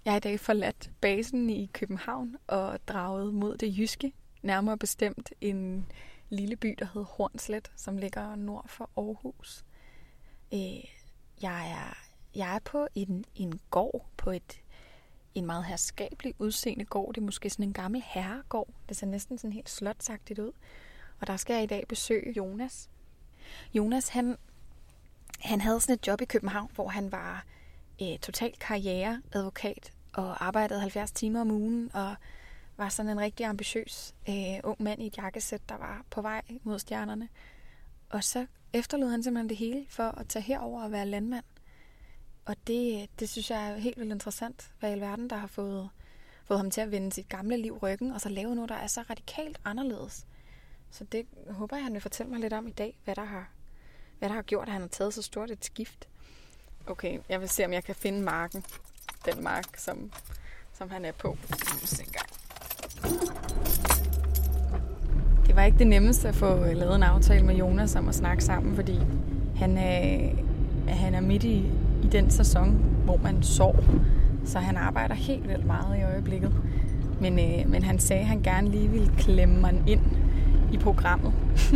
Jeg har i dag forladt basen i København og draget mod det jyske, nærmere bestemt en lille by, der hedder Hornslet, som ligger nord for Aarhus. Jeg er på en gård, på en meget herskabelig udseende gård. Det er måske sådan en gammel herregård. Det ser næsten sådan helt slotsagtigt ud. Og der skal jeg i dag besøge Jonas. Jonas, han havde sådan et job i København, hvor han var total karriereadvokat og arbejdede 70 timer om ugen og var sådan en rigtig ambitiøs ung mand i et jakkesæt, der var på vej mod stjernerne. Og så efterlod han simpelthen det hele for at tage herover og være landmand. Og det synes jeg er helt vildt interessant, hvad i alverden, der har fået ham til at vende sit gamle liv ryggen, og så lave noget, der er så radikalt anderledes. Så det håber jeg, han vil fortælle mig lidt om i dag, hvad der har gjort, at han har taget så stort et skift. Okay, jeg vil se, om jeg kan finde marken. Den mark, som han er på. Det var ikke det nemmeste at få lavet en aftale med Jonas om at snakke sammen, fordi han er midt i den sæson, hvor man sår. Så han arbejder helt vildt meget i øjeblikket. Men han sagde, at han gerne lige ville klemme mig ind i programmet.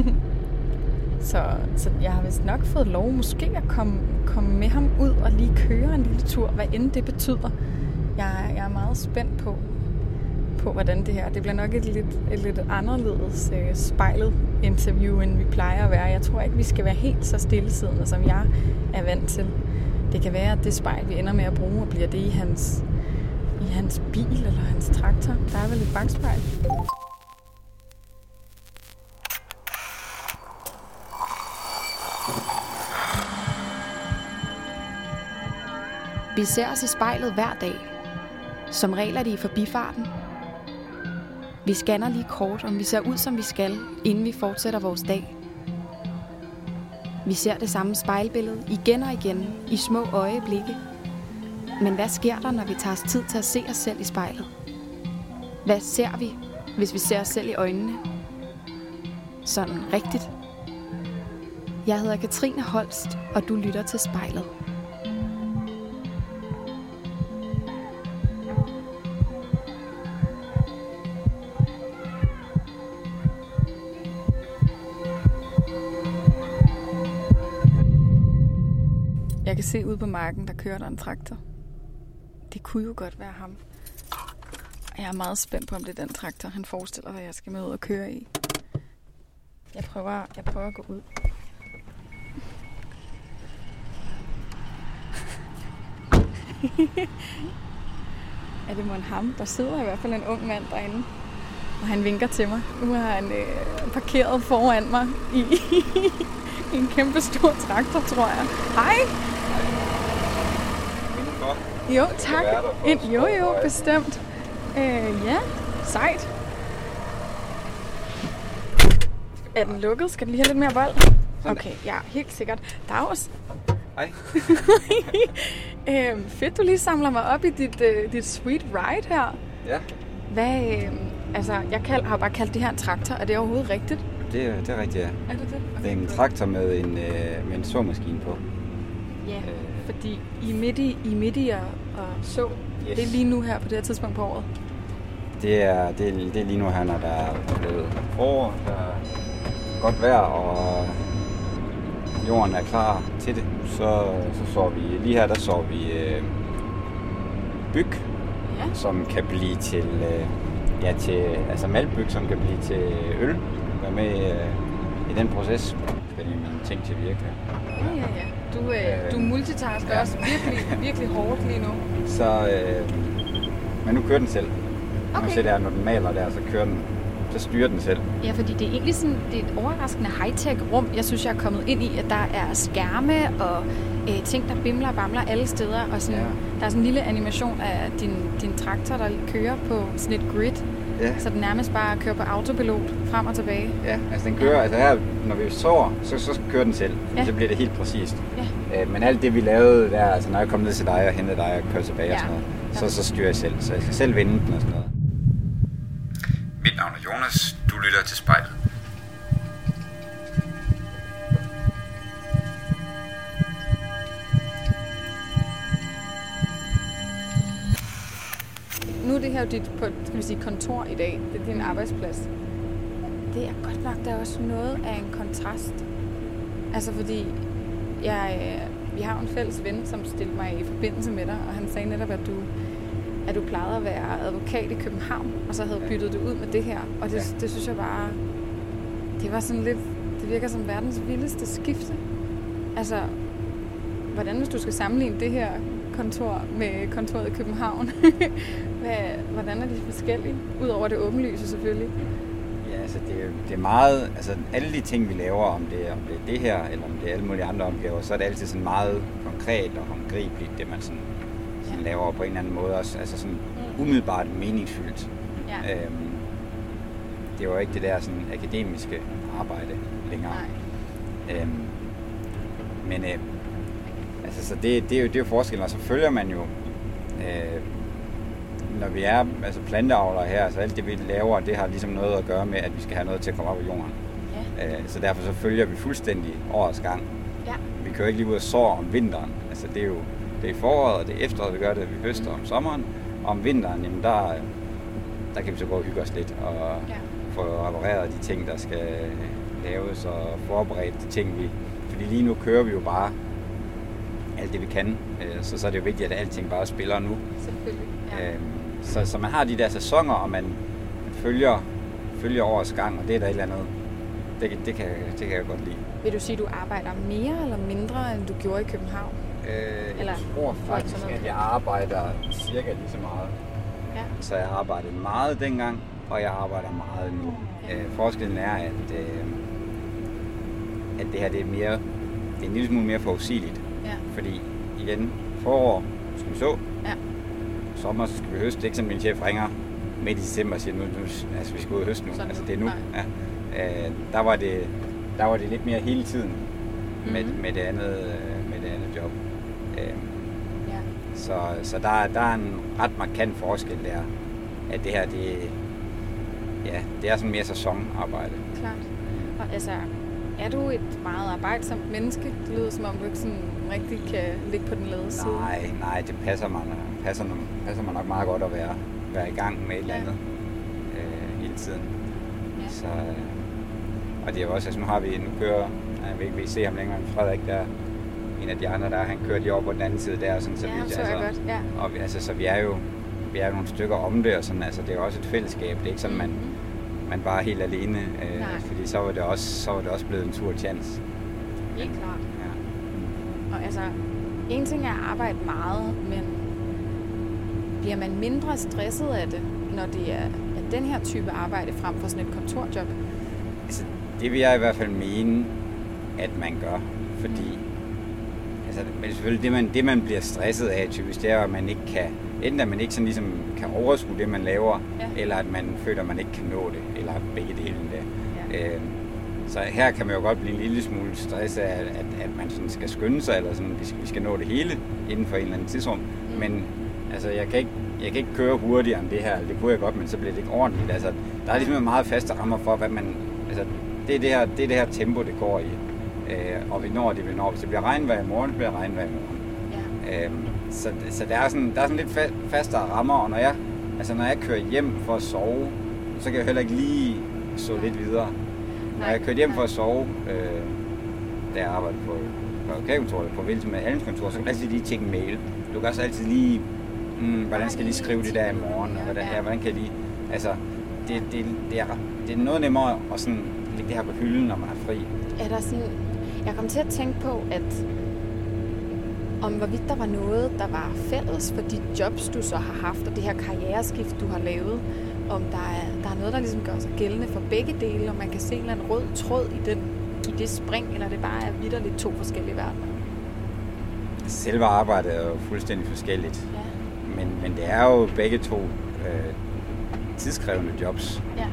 Så jeg har vist nok fået lov måske at komme med ham ud og lige køre en lille tur, hvad end det betyder. Jeg er meget spændt på hvordan det her. Det bliver nok et lidt anderledes spejlet interview, end vi plejer at være. Jeg tror ikke, vi skal være helt så stillesiddende, som jeg er vant til. Det kan være, at det spejl, vi ender med at bruge, bliver det i hans bil eller hans traktor. Der er vel et bagspejl. Vi ser os i spejlet hver dag. Som regel er det i forbifarten. Vi scanner lige kort, om vi ser ud, som vi skal, inden vi fortsætter vores dag. Vi ser det samme spejlbillede igen og igen i små øjeblikke. Men hvad sker der, når vi tager os tid til at se os selv i spejlet? Hvad ser vi, hvis vi ser os selv i øjnene? Sådan rigtigt. Jeg hedder Katrine Holst, og du lytter til Spejlet. Jeg kan se ude på marken, der kører der en traktor. Det kunne jo godt være ham. Og jeg er meget spændt på, om det er den traktor, han forestiller, hvad jeg skal med ud og køre i. Jeg prøver at gå ud. Er det mon ham? Der sidder i hvert fald en ung mand derinde. Og han vinker til mig. Nu har han parkeret foran mig i en kæmpe stor traktor, tror jeg. Hej! Jo, tak. Jo, bestemt. Ja, sejt. Er den lukket? Skal den lige have lidt mere vold? Okay, ja, helt sikkert. Dags. Hej. Fedt, du lige samler mig op i dit sweet ride her. Ja. Hvad, jeg har bare kaldt det her en traktor. Er det overhovedet rigtigt? Det er rigtigt, ja. Er det det? Okay. Det er en traktor med en såmaskine på. Ja, fordi I er midt i at så. Yes. Det er lige nu her på det her tidspunkt på året. Det er lige nu her, når der er blevet forår, der er godt vejr, og jorden er klar til det. Så sår vi, lige her der sår vi byg, som kan blive til maltbyg, som kan blive til øl. Være med i den proces. Skal lige mine ting til virke. Ja. Du multitasker også virkelig, virkelig hårdt lige nu. Men nu kører den selv. Okay. Nu ser jeg, når den maler der, så styrer den selv. Ja, fordi det er egentlig sådan, det er et overraskende high-tech rum, jeg synes, jeg er kommet ind i, at der er skærme og ting, der bimler og bamler alle steder. Og sådan, der er sådan en lille animation af din traktor, der kører på sådan et grid. Ja. Så den nærmest bare kører på autopilot frem og tilbage. Ja, altså den kører, her, når vi sover, så kører den selv. Ja. Så bliver det helt præcist. Ja. Men alt det vi lavede der, altså når jeg kommer ned til dig og henter dig og kører tilbage og sådan noget, så styrer jeg selv. Så jeg skal selv vende den og sådan noget. Mit navn er Jonas, du lytter til Spejlet. nu er det her jo dit skal vi sige, kontor i dag. Det er din arbejdsplads. Det er godt nok, der er også noget af en kontrast. Altså fordi, vi har jo en fælles ven, som stillede mig i forbindelse med dig, og han sagde netop, at du plejede at være advokat i København, og så havde byttet det ud med det her. Og det synes jeg bare, det var sådan lidt, det virker som verdens vildeste skifte. Altså, hvordan hvis du skal sammenligne det her kontor med kontoret i København? Hvordan er de forskellige? Udover det åbenlyse selvfølgelig. Ja, altså det er meget, altså alle de ting vi laver, om det er det her, eller om det er alle mulige andre opgaver, så er det altid sådan meget konkret og håndgribeligt, det man sådan laver på en eller anden måde også, altså sådan umiddelbart meningsfyldt. Ja. Det var ikke det der sådan akademiske arbejde længere. Men altså så det er jo forskellen, og så følger man jo når vi er altså planteavlere her, så alt det vi laver, det har ligesom noget at gøre med, at vi skal have noget til at komme op i jorden. Ja. Så derfor så følger vi fuldstændig årets gang. Ja. Vi kan jo ikke lige ud og så om vinteren. Altså det er i foråret, og det er efteråret, vi gør det, vi høster om sommeren. Og om vinteren, jamen der kan vi så gå og hygge os lidt og få repareret de ting, der skal laves, og forberedt de ting, fordi lige nu kører vi jo bare alt det, vi kan. Så er det jo vigtigt, at alting bare spiller nu. Selvfølgelig. Ja. Så man har de der sæsoner, og man følger årets gang, og det er der et eller andet. Det kan jeg godt lide. Vil du sige, at du arbejder mere eller mindre, end du gjorde i København? Jeg tror faktisk, at jeg arbejder cirka lige så meget. Ja. Så jeg arbejdede meget dengang, og jeg arbejder meget nu. Ja. Forskellen er, at det her det er en lille smule mere forudsigeligt. Ja. Fordi igen, forår skal vi så. Ja. Sommer så skal vi høste. Det er ikke sådan, min chef ringer midt i december og siger, nu altså, vi skal ud og høste nu. Sådan altså det er nu. Ja. Der var det lidt mere hele tiden med det andet job. Så der er en ret markant forskel der, at det her det er sådan mere sæsonarbejde. Klart. Og altså, er du et meget arbejdsomt menneske? Det lyder som om du ikke sådan rigtig kan ligge på den lade side. Nej, det passer mig nok meget godt at være i gang med et eller andet hele tiden. Ja. Så, og det er også, altså nu kører, jeg vil ikke se ham længere, men Frederik der, en af de andre der, han kører lige over på den anden side der, sådan, så ja, så jeg godt, ja. Og så vi er jo nogle stykker om det, og sådan, altså det er også et fællesskab, det er ikke sådan, man bare er helt alene, fordi så var det også blevet en tur chance. Helt klart. Ja. Og altså, en ting er at arbejde meget, men bliver man mindre stresset af det, når det er den her type arbejde frem for sådan et kontorjob? Altså, det vil jeg i hvert fald mene, at man gør, fordi altså, selvfølgelig det man bliver stresset af typisk, det er, at man ikke kan, enten at man ikke sådan ligesom kan overskue det, man laver, eller at man føler, at man ikke kan nå det, eller begge dele der. Ja. Så her kan man jo godt blive en lille smule stresset af, at man sådan skal skynde sig, eller sådan, vi skal nå det hele inden for en eller anden tidsrum. Men altså, jeg kan ikke køre hurtigere end det her, det kunne jeg godt, men så bliver det ikke ordentligt. Altså, der er ligesom meget faste rammer for, hvad man, altså, det er det her tempo, det går i. Og vi når det, Hvis det bliver regnvejr i morgen, det bliver regnvejr i morgen. Ja. Så der er sådan lidt fastere rammer, og når jeg kører hjem for at sove, så kan jeg heller ikke lige så lidt videre. Når jeg kører hjem for at sove, da jeg arbejder på advokatkontoret, på Vilse med handelskontor, så kan du altid lige tjekke en mail. Du kan også altid lige, hvordan skal jeg lige skrive det der i morgen, og hvordan kan jeg lige, altså, det er noget nemmere at sådan lægge det her på hylden, når man er fri. Er der sådan, jeg kom til at tænke på, at om hvorvidt der var noget, der var fælles for de jobs, du så har haft, og det her karriereskift, du har lavet, om der er noget, der ligesom gør sig gældende for begge dele, og man kan se en eller anden rød tråd i det spring, eller det bare er vitterligt to forskellige verdener? Selve arbejdet er jo fuldstændig forskelligt, men det er jo begge to tidskrævende jobs. Ja.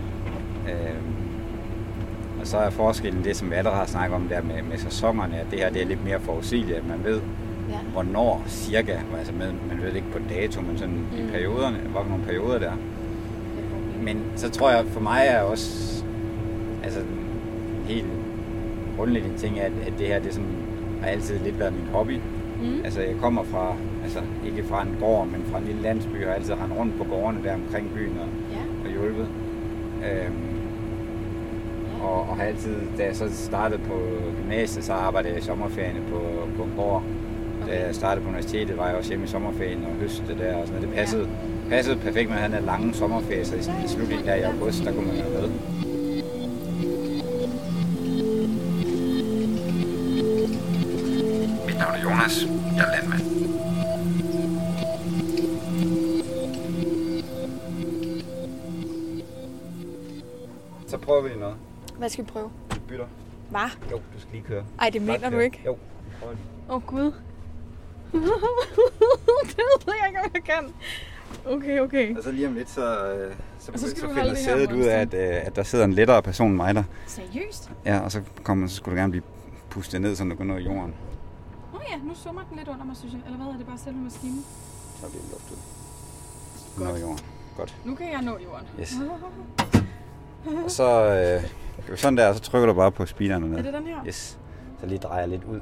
Og så er forskellen det, som vi allerede har snakket om der med sæsonerne, at det her det er lidt mere forudsigeligt, at man ved, hvornår cirka, altså man ved det ikke på dato, men sådan i perioderne, hvor nogle perioder der. Men så tror jeg, for mig er også altså en helt grundlæggende ting, at det her det sådan, har altid lidt været min hobby. Altså jeg kommer fra Altså ikke fra en gård, men fra en lille landsby, og altid rendt rundt på gårdene der omkring byen og hjulpet. Og har altid, da jeg så startede på gymnasiet, så arbejdede jeg i sommerferien på en gård. Okay. Da jeg startede på universitetet, var jeg også hjemme i sommerferien og høste der og sådan noget. Det passede perfekt med at have den lange sommerferie, så i slutningen der i august, der kunne man være med. Mit navn er Jonas, jeg er landmand. Så prøver vi noget. Hvad skal vi prøve? Vi bytter. Hvad? Jo, du skal lige køre. Ej, det mener du ikke? Jo, prøv lige. Åh, Gud. Det ved jeg ikke, om jeg kan. Okay. Og så lige om lidt, så finder sædet ud af, at der sidder en lettere person end mig der. Seriøst? Ja, og så skulle du gerne blive pustet ned, så du går ned i jorden. Ja, nu summer den lidt under mig, synes jeg. Eller hvad er det bare selve maskinen? Så bliver det luft ud. Nå i jorden. Godt. Nu kan jeg nå jorden. Yes. Og så sådan der, og så trykker du bare på speederen ned. Er det den her? Yes. Så lige drejer lidt ud.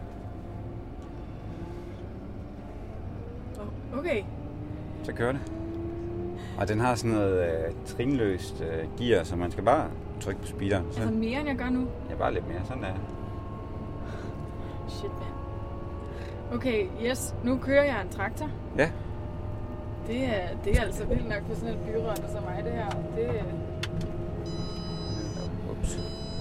Okay. Så kører det. Og den har sådan noget trinløst gear, så man skal bare trykke på speederen. Altså mere end jeg gør nu? Ja, bare lidt mere. Sådan der. Shit, man. Okay, yes. Nu kører jeg en traktor. Ja. Det er altså vildt nok for sådan en byrønne som mig, det her. Ups.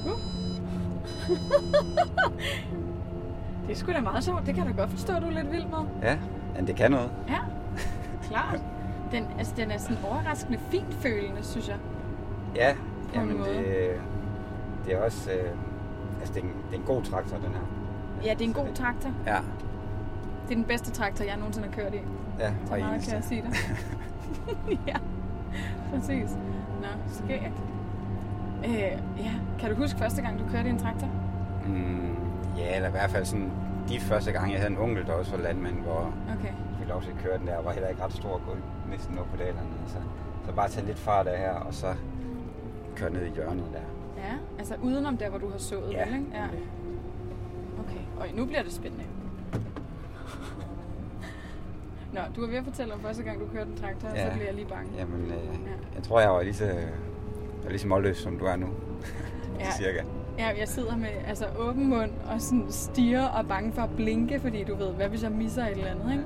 Det er sgu da meget sjovt. Det kan jeg da godt forstå, du er lidt vild med. Ja, men det kan noget. Ja, klart. Den er sådan overraskende fintfølende, synes jeg. Ja, jamen det er også... det er en god traktor, den her. Ja, det er en god traktor. Ja. Det er den bedste traktor, jeg nogensinde har kørt i. Ja, så meget kan jeg sige det. Ja, præcis. Nå, skægt. Ja, kan du huske første gang, du kørte i en traktor? Ja, eller i hvert fald sådan de første gange, jeg havde en onkel, der også var landmand, hvor jeg fik lov til at køre den der, og var heller ikke ret stor at gå næsten op på pedalerne. Så bare tage lidt fart af her, og så køre ned i hjørnet der. Ja, altså udenom der, hvor du har sået, ja. Vel, ikke? Ja. Okay, og nu bliver det spændende. Nå, du var ved at fortælle om første gang, du kørte en traktor, og så bliver jeg lige bange. Jamen, jeg tror, jeg var lige så målløs, som du er nu. Cirka. Ja, jeg sidder med åben mund og sådan stirrer og er bange for at blinke, fordi du ved, hvad hvis jeg misser et eller andet, ikke?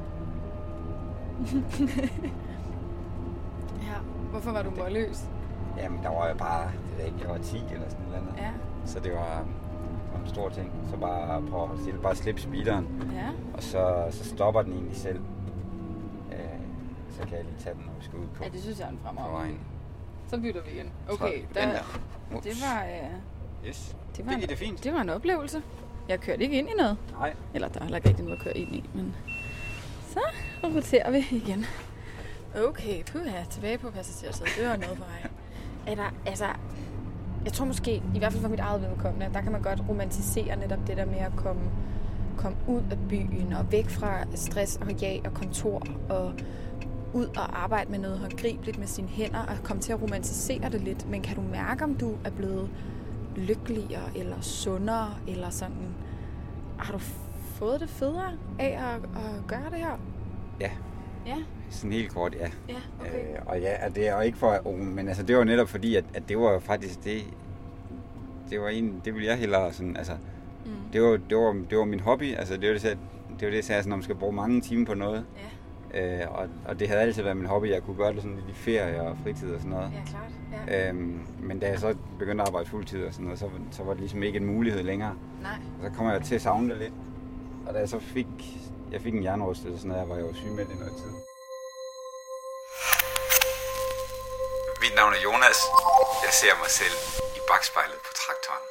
Ja, hvorfor var du målløs? Jamen, der var jeg bare, jeg var 10 eller sådan noget andet. Ja. Så det var en stor ting. Så bare prøve at holde stille, bare slippe speederen. Ja. Og så stopper den egentlig selv. Så kan jeg lige tage den, når vi skal ud på. Ja, det synes jeg er en fremragende. vejen. Så bytter vi ind. Okay, det var... Yes, det gik det fint. Det var en oplevelse. Jeg kørte ikke ind i noget. Nej. Eller der er heller ikke rigtig noget at køre ind i, men... Så roterer vi igen. Okay, tilbage på passagersædet. Det var noget for mig. Jeg tror måske, i hvert fald for mit eget vedkommende, der kan man godt romantisere netop det der med at komme ud af byen og væk fra stress og jag og kontor og ud og arbejde med noget håndgribeligt med sine hænder og komme til at romantisere det lidt. Men kan du mærke, om du er blevet lykkeligere eller sundere eller sådan? Har du fået det federe af at gøre det her? Ja. Ja? Sådan helt kort, ja. Ja, okay. Og ja, det er jo ikke for... men altså, det var netop fordi, at det var faktisk det... Det ville jeg hellere sådan... Altså, det var min hobby. Altså, det var det, jeg sagde, når man skal bruge mange timer på noget. Ja. Og det havde altid været min hobby. Jeg kunne gøre det sådan lidt i ferie og fritid og sådan noget. Ja, klart. Ja. Men da jeg så begyndte at arbejde fuldtid og sådan noget, så var det ligesom ikke en mulighed længere. Nej. Og så kom jeg til at savne det lidt. Og da jeg så fik en hjernerystelse, sådan noget, var jeg jo sygemeldt i noget tid. Mit navn er Jonas. Jeg ser mig selv i bakspejlet på traktoren.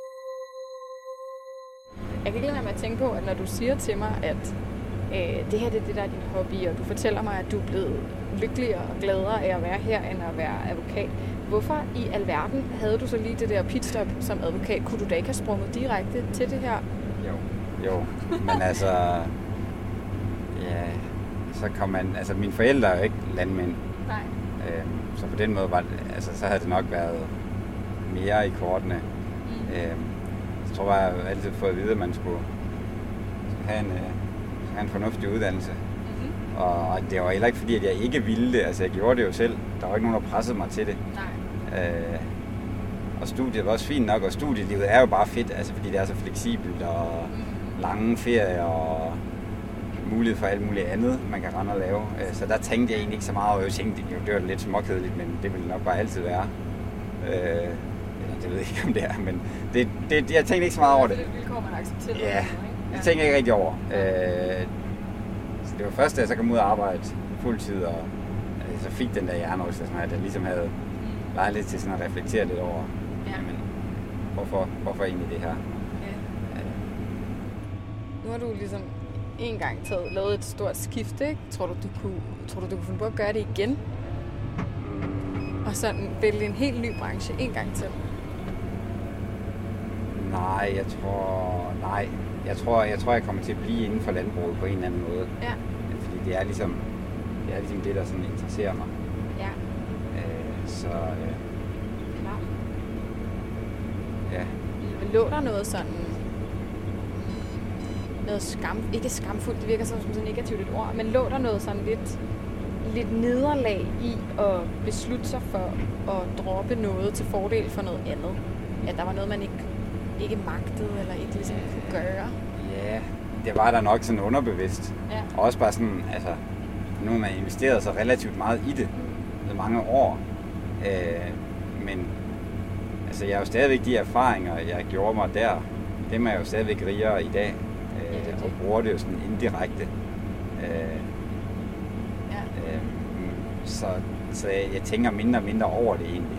Jeg kan ikke lade være med at tænke på, at når du siger til mig, at det her det er det, der er din hobby, og du fortæller mig, at du er blevet lykkeligere og gladere af at være her, end at være advokat. Hvorfor i alverden havde du så lige det der pitstop som advokat? Kunne du da ikke have sprunget direkte til det her? Jo. Men altså... Ja, så kom man... Altså, mine forældre er jo ikke landmænd. Nej. Så på den måde var det... Altså, så havde det nok været mere i kortene. Så tror jeg altid fået at vide, at man skulle have have en fornuftig uddannelse. Og det var heller ikke fordi, at jeg ikke ville det. Altså, jeg gjorde det jo selv. Der var ikke nogen, der pressede mig til det. Nej. Og studiet var også fint nok, og studielivet er jo bare fedt, altså, fordi det er så fleksibelt, og lange ferier, og mulighed for alt muligt andet, man kan rende og lave. Så der tænkte jeg egentlig ikke så meget, og jeg tænkte, det var lidt småkedeligt, men det ville nok bare altid være. Det ved jeg ikke, om det er, men jeg tænkte ikke så meget over det. Det er et vilkår, man accepterer. Ja, det tænkte jeg ikke rigtig over. Så det var først, da jeg så kom ud og arbejde fuldtid, og så fik den der hjernerystelse, at jeg ligesom havde lejlighed til sådan at reflektere lidt over, jamen, hvorfor egentlig det her? Ja. Nu har du ligesom en gang lavet et stort skifte, ikke? Tror du, du kunne finde på at gøre det igen? Og sådan vælge en helt ny branche en gang til? Nej, jeg tror, jeg kommer til at blive inden for landbruget på en eller anden måde. Ja. Fordi det er ligesom det, der sådan interesserer mig. Ja. Klart. Ja. Men lå der noget sådan... Noget ikke skamfuldt, det virker som så negativt et ord, men lå der noget sådan lidt nederlag i at beslutte sig for at droppe noget til fordel for noget andet? At der var noget, man ikke magtede, eller ikke ligesom kunne gøre? Ja, det var der nok sådan underbevidst. Ja. Og også bare sådan, altså, nu har man investeret så relativt meget i det, i mange år. Men altså, jeg har jo stadigvæk de erfaringer, jeg gjorde mig der, dem er jeg jo stadigvæk rigere i dag, og bruger det jo sådan indirekte. Så jeg tænker mindre og mindre over det egentlig.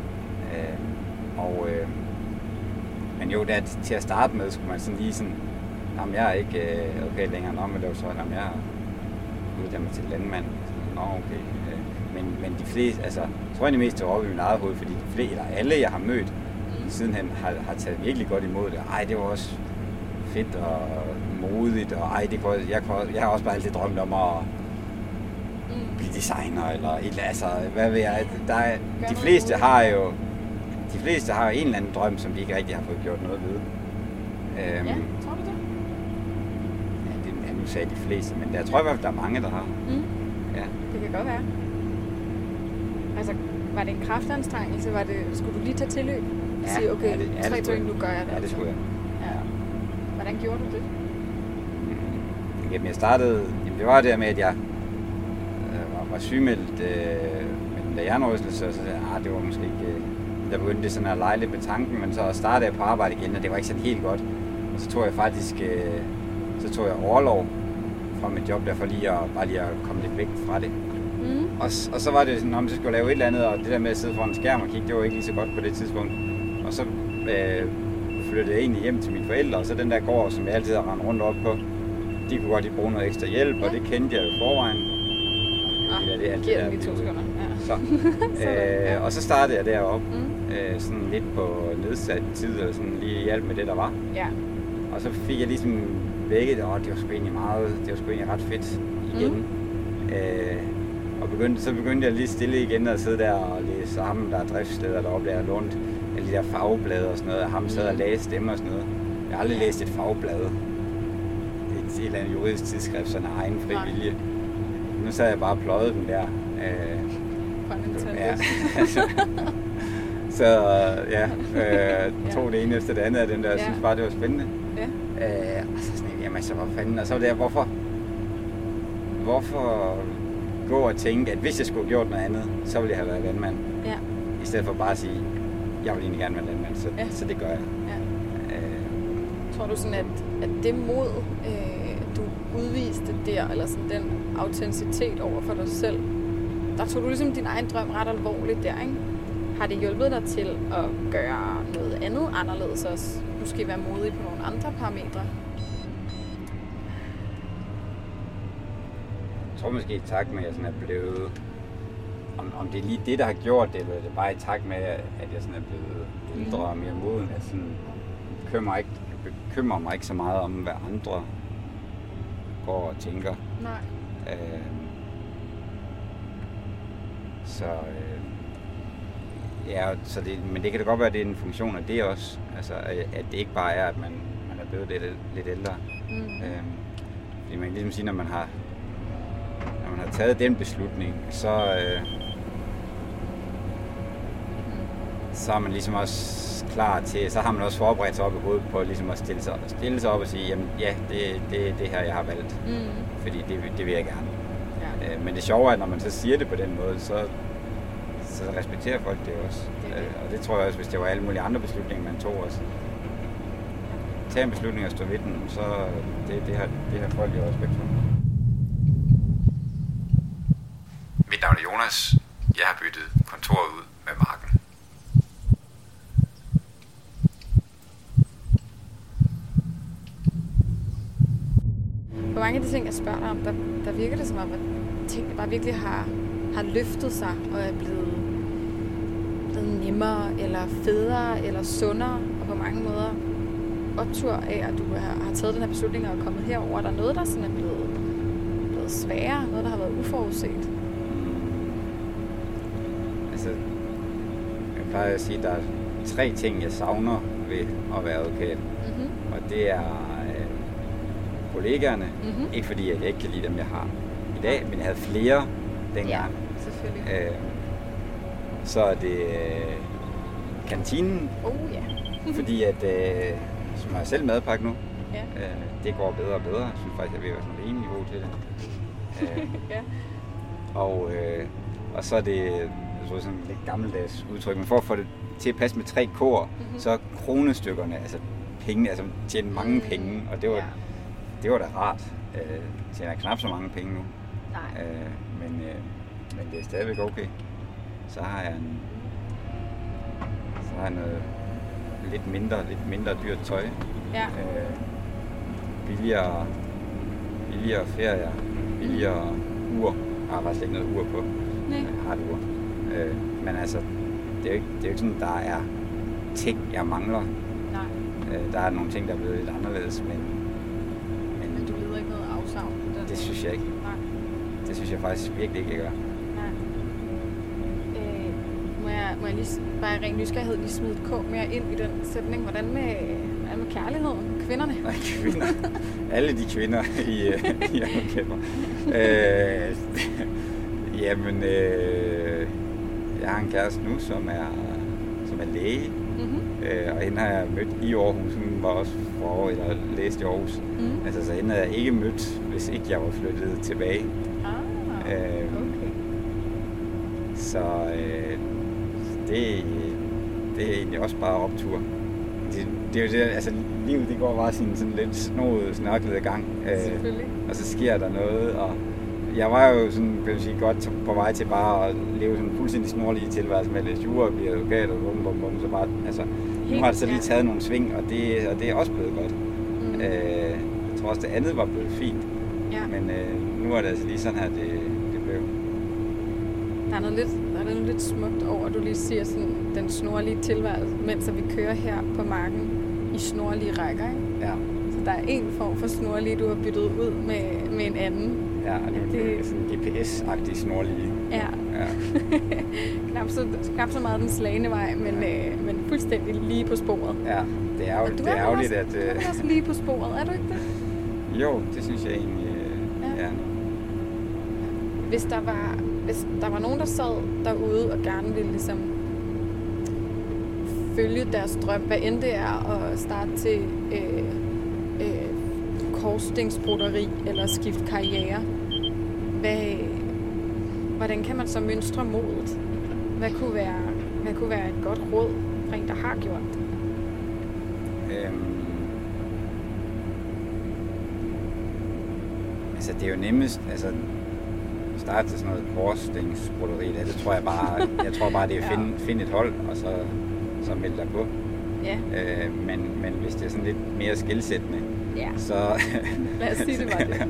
Men jo, der til at starte med, skulle man sådan lige sådan, jamen jeg er ikke okay længere, men det var så, jamen jeg er uddannet til landmand. Nå, okay. Men de fleste, altså, jeg tror egentlig mest, det var oppe i min eget hoved, fordi de fleste, eller alle, jeg har mødt sidenhen, har taget virkelig godt imod det. Ej, det var også fedt og modigt, og ej, jeg har også bare altid drømt om at blive designer, eller et, altså, hvad ved jeg, de fleste har jo en eller anden drøm, som de ikke rigtig har fået gjort noget ved. Ja, tror du det? Ja, nu sagde de fleste, men jeg tror i hvert fald, der er mange, der har. Ja. Det kan godt være. Altså, var det en kraftanstrengelse? Skulle du lige tage tilløb? Ja, sige, okay, ja, 3 point, nu gør jeg det. Ja, det skulle jeg. Ja. Hvordan gjorde du det? Jamen, jeg startede... Jamen, det var det med, at jeg var sygemeldt med den der hjernerystelse, og så sagde jeg, det var måske ikke... Der begyndte det sådan at lege lidt med tanken, men så startede jeg på arbejde igen, og det var ikke sådan helt godt. Og så tog jeg faktisk orlov fra mit job, derfor bare lige at komme lidt væk fra det. Og så var det sådan, om jeg skulle lave et eller andet, og det der med at sidde foran en skærm og kigge, det var ikke lige så godt på det tidspunkt. Og så flyttede jeg egentlig hjem til mine forældre, og så den der gård, som jeg altid har rendt rundt op på, de kunne godt bruge noget ekstra hjælp, og det kendte jeg jo i forvejen. Giver den lige 2 sekunder. Ja. Og så startede jeg deroppe, sådan lidt på nedsat tid, eller sådan lige hjælp med det, der var. Ja. Og så fik jeg ligesom vækket, det var sgu egentlig ret fedt igen. Og så begyndte jeg lige stille igen og sidde der og læse ham, der er driftsleder deroppe, der har lånt alle de der fagblade og sådan noget, og ham sad og læste dem og sådan noget. Jeg har aldrig læst et fagblad. Et eller andet juridisk tidsskrift, sådan en egen fri vilje. Nu sad jeg bare og pløjede den der. Tog det ene efter det andet af den der, jeg synes bare, det var spændende. Ja. Og så sådan, jamen så hvor fanden, og så var det hvorfor gå og tænke, at hvis jeg skulle have gjort noget andet, så ville jeg have været landmand. Ja. I stedet for bare at sige, jeg vil egentlig gerne være landmand, så det gør jeg. Ja. Tror du sådan, at det mod, du udviste der, eller sådan den autenticitet over for dig selv, der tog du ligesom din egen drøm ret alvorligt der, ikke? Har det hjulpet dig til at gøre noget andet anderledes også? Måske være modig på nogle andre parametre? Jeg tror måske i takt med, at jeg sådan er blevet... Om det er lige det, der har gjort det, eller det er bare i takt med, at jeg sådan er blevet ældre og mere moden. Jeg sådan bekymrer mig ikke så meget om, hvad andre går og tænker. Nej. Men det kan da godt være, at det er en funktion af det også. Altså, at det ikke bare er, at man er blevet lidt ældre. Fordi man kan ligesom sige, når man har taget den beslutning, så er man ligesom også klar til, så har man også forberedt sig op i hovedet på ligesom at stille sig op og sige, jamen ja, det er det her, jeg har valgt. Fordi det vil jeg gerne. Ja. Men det sjove er, at når man så siger det på den måde, så respekterer folk det også. Og det tror jeg også, hvis det var alle mulige andre beslutninger, man tog også. Tag en beslutning og stå ved den, så det har folk jo respekt for. Mit navn er Jonas. Jeg har byttet kontoret ud med Marken. Hvor mange af de ting, jeg spørger dig om, der virker det som om, at tingene bare virkelig har løftet sig og er blevet nemmere, eller federe, eller sundere, og på mange måder optur af, at du har taget den her beslutning og er kommet herover. Der er noget, der sådan er blevet sværere, noget, der har været uforudset. Altså, jeg plejer at sige, at der er 3 ting, jeg savner ved at være advokat. Og det er kollegaerne. Ikke fordi, at jeg ikke kan lide dem, jeg har i dag, men jeg havde flere dengang. Ja, selvfølgelig. Så er det kantinen. Fordi at, som jeg har selv madpakke nu, det går bedre og bedre. Jeg synes faktisk, jeg vil være sådan rimelig god til det. Og så er det, jeg tror, sådan et lidt gammeldags udtryk, men for at få det til at passe med 3 k'er, så kronestykkerne, altså penge, altså tjene mange penge, og det var da rart. Tjener knap så mange penge nu. Nej. Men det er stadigvæk okay. Så har jeg noget lidt mindre dyrt tøj. Ja. Billigere ferier, billigere ur. Jeg har faktisk ikke noget ur på. Nej. Jeg har et ur. Men altså, det er jo ikke sådan, der er ting, jeg mangler. Nej. Der er nogle ting, der er blevet lidt anderledes, men du lider ikke noget afsavn? Det synes jeg ikke. Nej. Det synes jeg faktisk virkelig ikke, jeg gør. Nej. Må jeg lige, bare rent nysgerrighed, lige smide et k mere ind i den sætning? Hvordan med kærligheden? Kvinderne? Nej, kvinder. Alle de kvinder i advokater. Jamen, jeg har en kæreste nu, som er læge. Og hende har jeg mødt i Aarhus. Hun var også eller læst i Aarhus. Altså, så hende havde jeg ikke mødt, hvis ikke jeg var flyttet tilbage. Okay. Så det er egentlig også bare optur. Det er jo det, altså livet det går bare sådan lidt snoet, snørklet gang. Selvfølgelig. Og så sker der noget, og jeg var jo sådan, kan man sige, godt på vej til bare at leve sådan en fuldstændig snorlige tilværelse med lidt jura og blive advokat og bum, så bare, altså, nu har det så lige taget nogle sving, og det er også blevet godt. Jeg tror også, det andet var blevet fint, men nu er det altså lige sådan her, det blev. Der er noget lidt smukt over, at du lige siger sådan, den snorlige tilværelse, mens vi kører her på marken i snorlige rækker, ikke? Ja. Så der er en form for snorlige, du har byttet ud med en anden. Ja, og det er sådan en GPS-agtig snorlige. Ja. knap så meget den slagende vej, men fuldstændig lige på sporet. Ja, det er ærgerligt, at... Du er også lige på sporet, er du ikke det? Jo, det synes jeg egentlig, ja. Hvis der var nogen, der sad derude og gerne ville ligesom følge deres drøm, hvad end det er at starte til korsstingsbroderi eller skifte karriere, hvordan kan man så mønstre modet? Hvad kunne være et godt råd for en, der har gjort det? Altså det er jo nemmest, altså starte til sådan noget korsstingsbroderi, det tror jeg bare, det er finde et hold, og så melde dig på. Ja. Men hvis det er sådan lidt mere skelsættende, så... Lad os sige, det var det.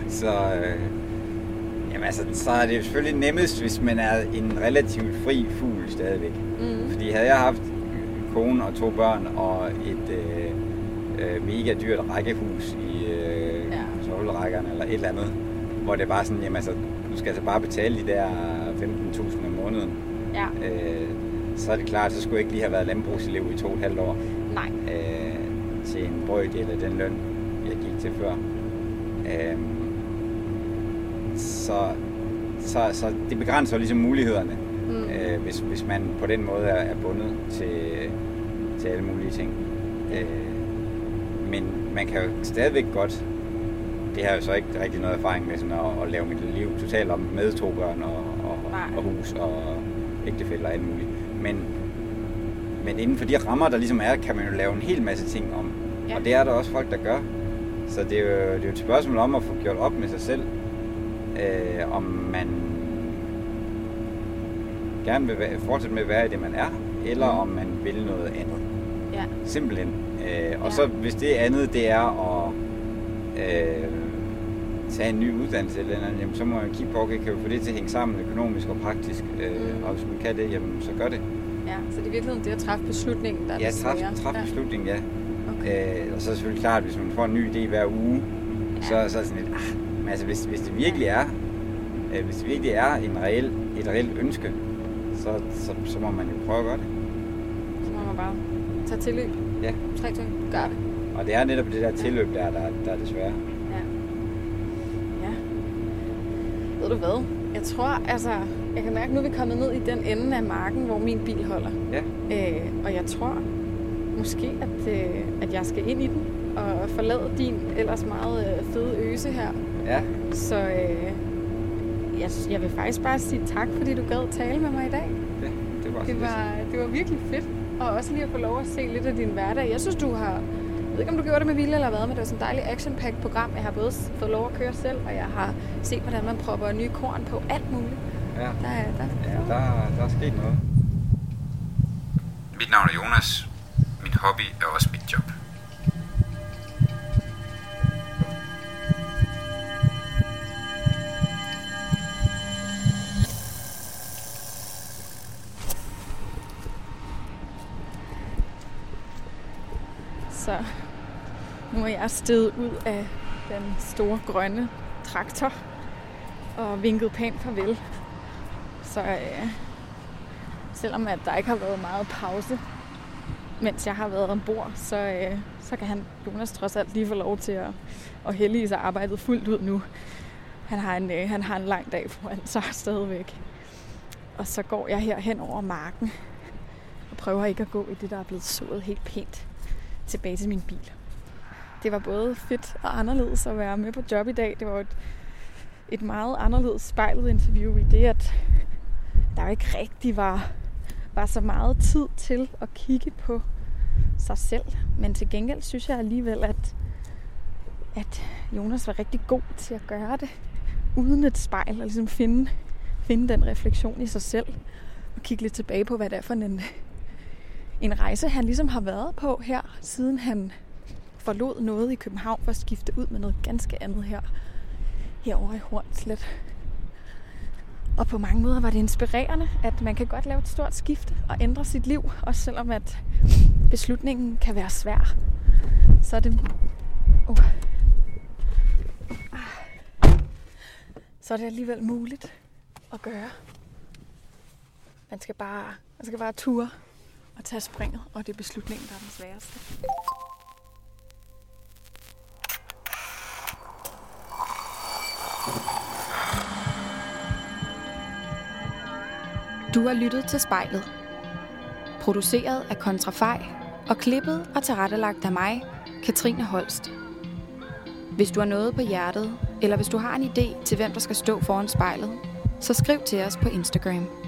Så er det jo selvfølgelig nemmest, hvis man er en relativt fri fugl stadigvæk. Fordi havde jeg haft kone og 2 børn og et mega dyrt rækkehus i Solrækkerne eller et eller andet, hvor det bare sådan, jamen altså, du skal altså bare betale de der 15.000 om måneden. Ja. Så er det klart, så skulle jeg ikke lige have været landbrugselev i 2,5 år. Nej. Til en brøkdel af den løn, jeg gik til før. Så det begrænser ligesom mulighederne, hvis man på den måde er bundet til alle mulige ting. Men man kan jo stadigvæk godt, det har jeg jo så ikke rigtig noget erfaring med sådan at lave mit liv totalt om med 2 børn og hus og ægtefæller og alt muligt. Men inden for de rammer, der ligesom er, kan man jo lave en hel masse ting om. Ja. Og det er der også folk, der gør. Så det er jo et spørgsmål om at få gjort op med sig selv, om man gerne vil fortsætte med at være i det, man er, eller om man vil noget andet. Ja. Simpelthen. Og så hvis det andet, det er at tage en ny uddannelse eller andet, jamen, så må man kigge på, okay, kan vi få det til at hænge sammen økonomisk og praktisk, og hvis man kan det, jamen, så gør det. Ja, så det er virkelig det at træffe beslutningen, der er det svære. Ja, træffe beslutningen, ja. Okay. Og så er det selvfølgelig klart, at hvis man får en ny idé hver uge, så er det sådan lidt, men altså hvis det virkelig er, hvis det virkelig er et reelt ønske, så må man jo prøve at gøre det. Så må man bare tage tilløb. Ja. 3 ting. Gør det. Og det er netop det der tilløb, der er det svære. Ja. Ved du hvad? Jeg tror, jeg kan mærke, nu er vi kommet ned i den ende af marken, hvor min bil holder. Ja. Og jeg tror måske, at jeg skal ind i den og forlade din ellers meget fede øse her. Ja. Så jeg vil faktisk bare sige tak, fordi du gad tale med mig i dag. Ja, det var virkelig fedt. Og også lige at få lov at se lidt af din hverdag. Jeg synes, du har... Jeg ved ikke, om du gjorde det med vilje eller hvad, men det var sådan et dejligt action-packed program. Jeg har både fået lov at køre selv, og jeg har set, hvordan man propper nye korn på alt muligt. Ja, der er sket noget. Mit navn er Jonas. Min hobby er også mit job. Så nu er jeg steget ud af den store grønne traktor og vinket pænt farvel. Så selvom at der ikke har været meget pause, mens jeg har været ombord, så kan Jonas trods alt lige få lov til at hellige sig arbejdet fuldt ud nu. Han har en lang dag foran sig stadigvæk. Og så går jeg her hen over marken og prøver ikke at gå i det, der er blevet sået helt pænt tilbage til min bil. Det var både fedt og anderledes at være med på job i dag. Det var et meget anderledes spejlet interview i det, at der jo ikke rigtig var så meget tid til at kigge på sig selv. Men til gengæld synes jeg alligevel, at Jonas var rigtig god til at gøre det uden et spejl og ligesom finde den refleksion i sig selv og kigge lidt tilbage på, hvad det er for en rejse, han ligesom har været på her, siden han forlod noget i København for at skifte ud med noget ganske andet herovre i Hornslet. Og på mange måder var det inspirerende, at man kan godt lave et stort skifte og ændre sit liv, også selvom at beslutningen kan være svær. Så er det... Så er det alligevel muligt at gøre. Man skal bare ture og tage springet, og det er beslutningen, der er den sværeste. Du har lyttet til Spejlet. Produceret af Kontrafej og klippet og tilrettelagt af mig, Katrine Holst. Hvis du har noget på hjertet, eller hvis du har en idé til, hvem der skal stå foran spejlet, så skriv til os på Instagram.